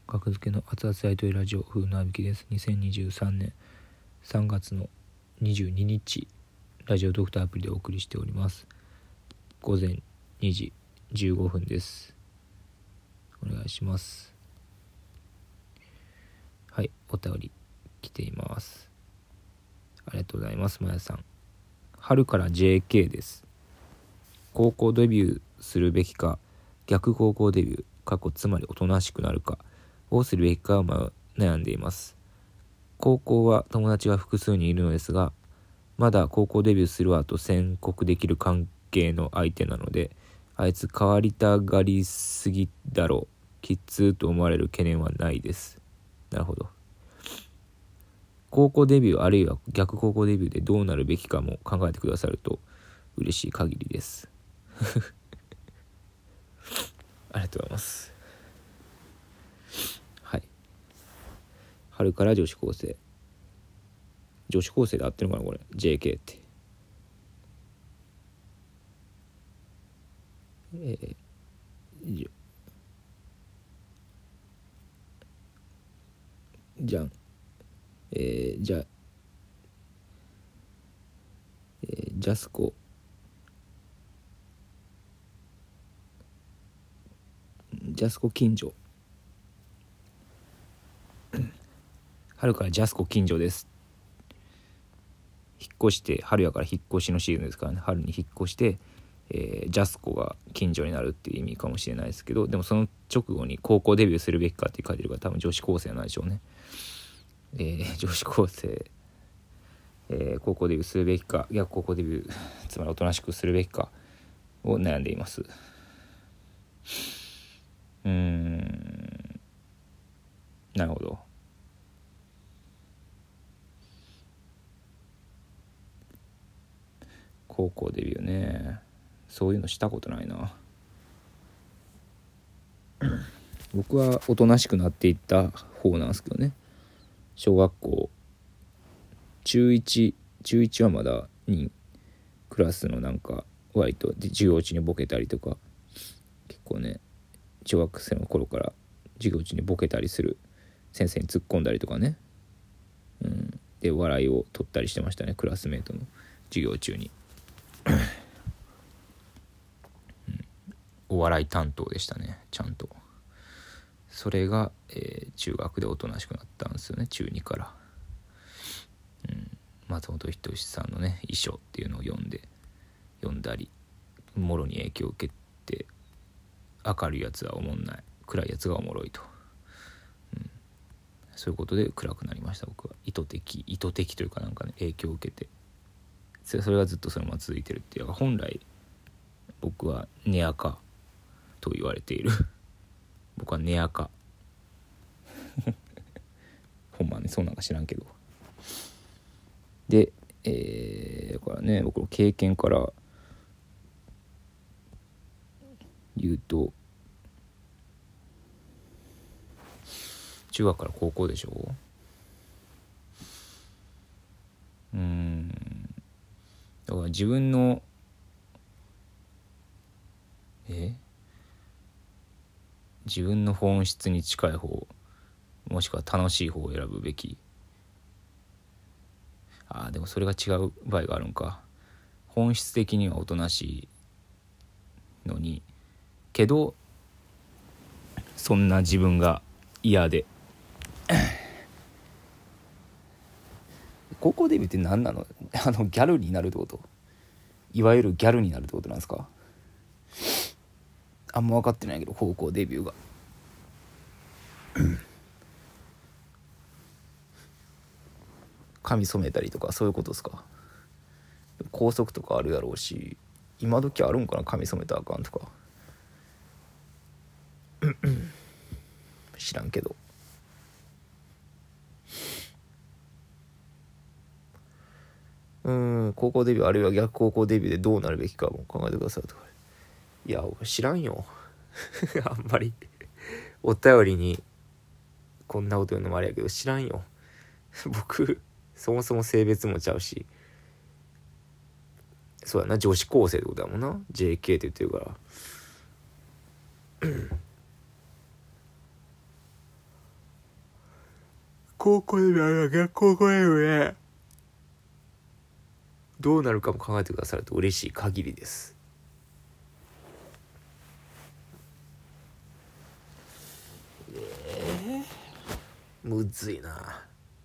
格付けの熱々大統領ラジオ風なびきです。2023年3月の22日ラジオドクターアプリでお送りしております。午前2時15分です。お願いします。はい、お便り来ています。ありがとうございます。まやさん、春から JK です。高校デビューするべきか、逆高校デビューつまりおとなしくなるかをするべきか悩んでいます。高校は友達が複数人いるのですが、まだ高校デビューするわと宣告できる関係の相手なので、あいつ変わりたがりすぎだろう、きつーと思われる懸念はないです。なるほど。高校デビューあるいは逆高校デビューでどうなるべきかも考えてくださると嬉しい限りですありがとうございます。はい。春から女子高生で合ってるのかなこれ JK って。じゃんじゃあ、ジャスコ近所春からジャスコ近所です。引っ越して、春やから引っ越しのシーズンですからね。春に引っ越して、ジャスコが近所になるっていう意味かもしれないですけど、でもその直後に高校デビューするべきかって書いてるから多分女子高生なんでしょうね。女子高生、高校デビューするべきか逆高校デビューつまりおとなしくするべきかを悩んでいます。なるほど。高校デビューね、そういうのしたことないな。僕はおとなしくなっていった方なんですけどね。小学校中1はまだクラスのなんか割と授業中にボケたりとか、結構ね中学生の頃から授業中にボケたりする先生に突っ込んだりとかね、で笑いを取ったりしてましたね、クラスメートの授業中にお笑い担当でしたね、ちゃんと。それが、中学でおとなしくなったんですよね、中2から。松本人志さんのね遺書っていうのを読んだり、もろに影響を受けて、明るいやつはおもんない、暗いやつがおもろいと、そういうことで暗くなりました。僕は意図的というかなんかね影響を受けて、それがずっとそのまま続いてるっていう。本来僕はネアカと言われている僕はネアカほんまねそうなんか知らんけど。で、これはね僕の経験から言うと、中学から高校でしょ。だから自分の本質に近い方、もしくは楽しい方を選ぶべき。でもそれが違う場合があるんか。本質的にはおとなしいのにけど、そんな自分が嫌で高校デビューって何なの？ギャルになるってこと？いわゆるギャルになるってことなんですか？あんま分かってないけど、高校デビューが髪染めたりとかそういうことですか？校則とかあるやろうし、今時あるんかな、髪染めたらあかんとか知らんけど。高校デビューあるいは逆高校デビューでどうなるべきかも考えてくださいとか。いや知らんよあんまりお便りにこんなこと言うのもあれやけど知らんよ僕そもそも性別もちゃうし。そうやな、女子高生ってことだもんな、 JK って言ってるから高校デビュー逆高校デビューね、どうなるかも考えてくださると嬉しい限りです。むずいな。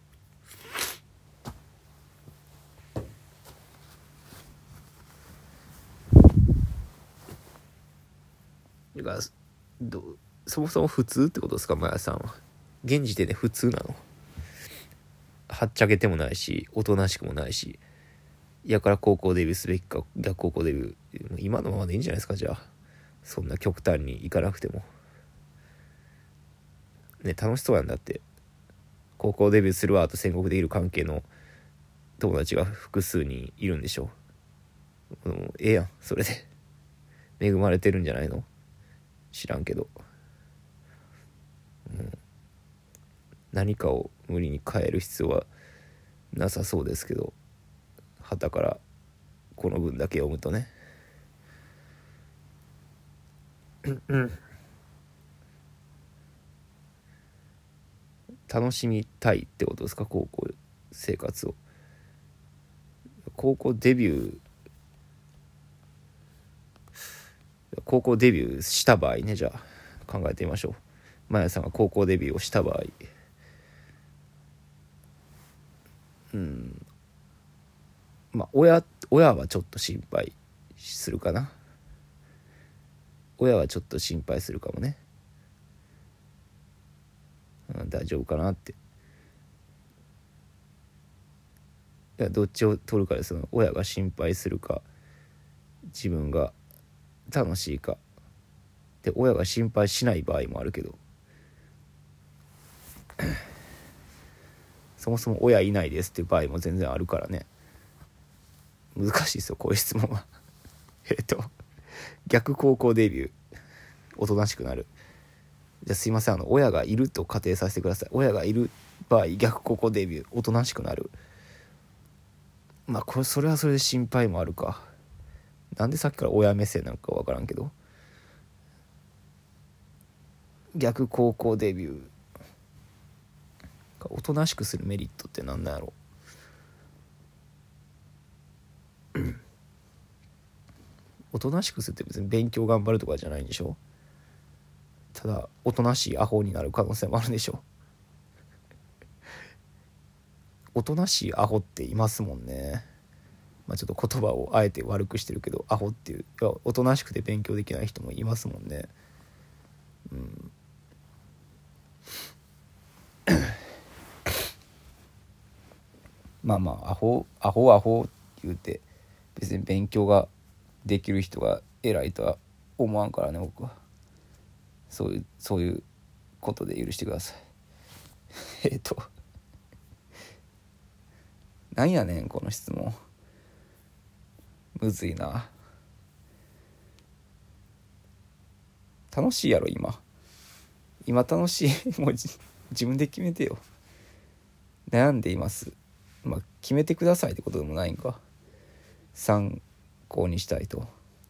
だからそもそも普通ってことですか、マヤさんは。現時点で普通なの？はっちゃけてもないし、おとなしくもないし、やから高校デビューすべきか、逆高校デビュー、今のままでいいんじゃないですか。じゃあそんな極端にいかなくてもね、楽しそうやんだって。高校デビューするわと宣告できる関係の友達が複数人いるんでしょ。ええやんそれで。恵まれてるんじゃないの？知らんけど、何かを無理に変える必要はなさそうですけど、傍からこの文だけ読むとね。楽しみたいってことですか、高校生活を。高校デビューした場合ね、じゃあ考えてみましょう。マヤさんが高校デビューをした場合、まあ親はちょっと心配するかな。親はちょっと心配するかもね。大丈夫かなって。いや、どっちを取るかです。親が心配するか、自分が楽しいかで。親が心配しない場合もあるけど、そもそも親いないですっていう場合も全然あるからね。難しいですよこういう質問は。逆高校デビュー、おとなしくなる。じゃあすいません、親がいると仮定させてください。親がいる場合逆高校デビュー、おとなしくなる。まあそれはそれで心配もあるか。なんでさっきから親目線なんか分からんけど、逆高校デビュー、おとなしくするメリットってなんなんやろ。おとなしくするって別に勉強頑張るとかじゃないんでしょ。ただおとなしいアホになる可能性もあるでしょ。おとなしいアホっていますもんね。まあちょっと言葉をあえて悪くしてるけど、アホっていう、おとなしくて勉強できない人もいますもんね。まあアホって言うて別に勉強ができる人が偉いとは思わんからね、僕は。そういうことで許してください。なんやねんこの質問、むずいな。楽しいやろ今楽しい。もう自分で決めてよ。悩んでいます。まあ決めてくださいってことでもないんか。参考にしたいと。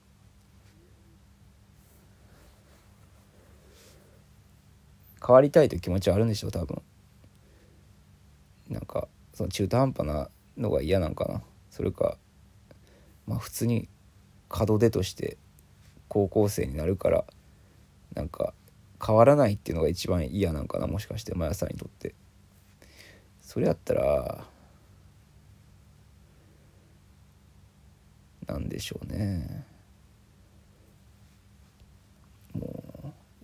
変わりたいという気持ちはあるんでしょ多分。なんかその中途半端なのが嫌なんかな。それかまあ普通に門出として高校生になるからなんか変わらないっていうのが一番嫌なんかな、もしかしてマヤさんにとって。それやったらなんでしょうね。もう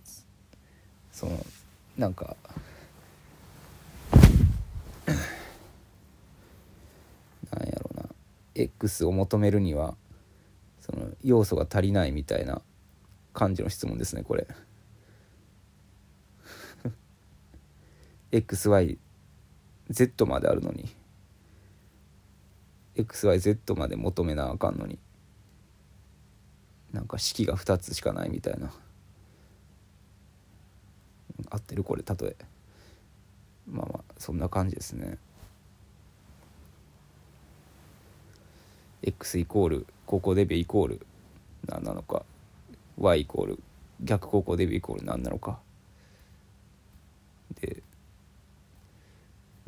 なんかなんやろな、 X を求めるにはその要素が足りないみたいな感じの質問ですねこれ。XYZ まであるのに XYZ まで求めなあかんのに、なんか式が2つしかないみたいな。合ってるこれ例え。まあそんな感じですね。 X イコール高校デビューイコール何なのか、 Y イコール逆高校デビューイコール何なのかで、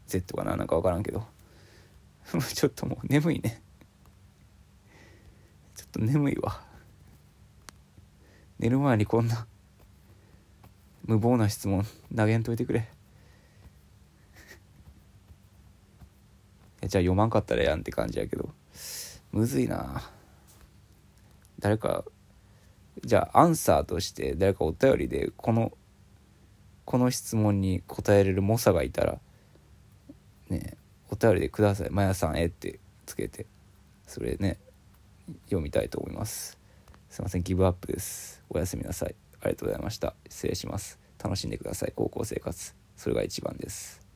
Z かな、なんか分からんけどちょっともう眠いね。ちょっと眠いわ。寝る前にこんな無謀な質問投げんといてくれ。じゃあ読まんかったらやんって感じやけど、むずいな。誰かじゃあアンサーとして誰かお便りでこの質問に答えれる猛者がいたらね、お便りでください。まやさんってつけて、それね読みたいと思います。すいません、ギブアップです。おやすみなさい。ありがとうございました。失礼します。楽しんでください。高校生活、それが一番です。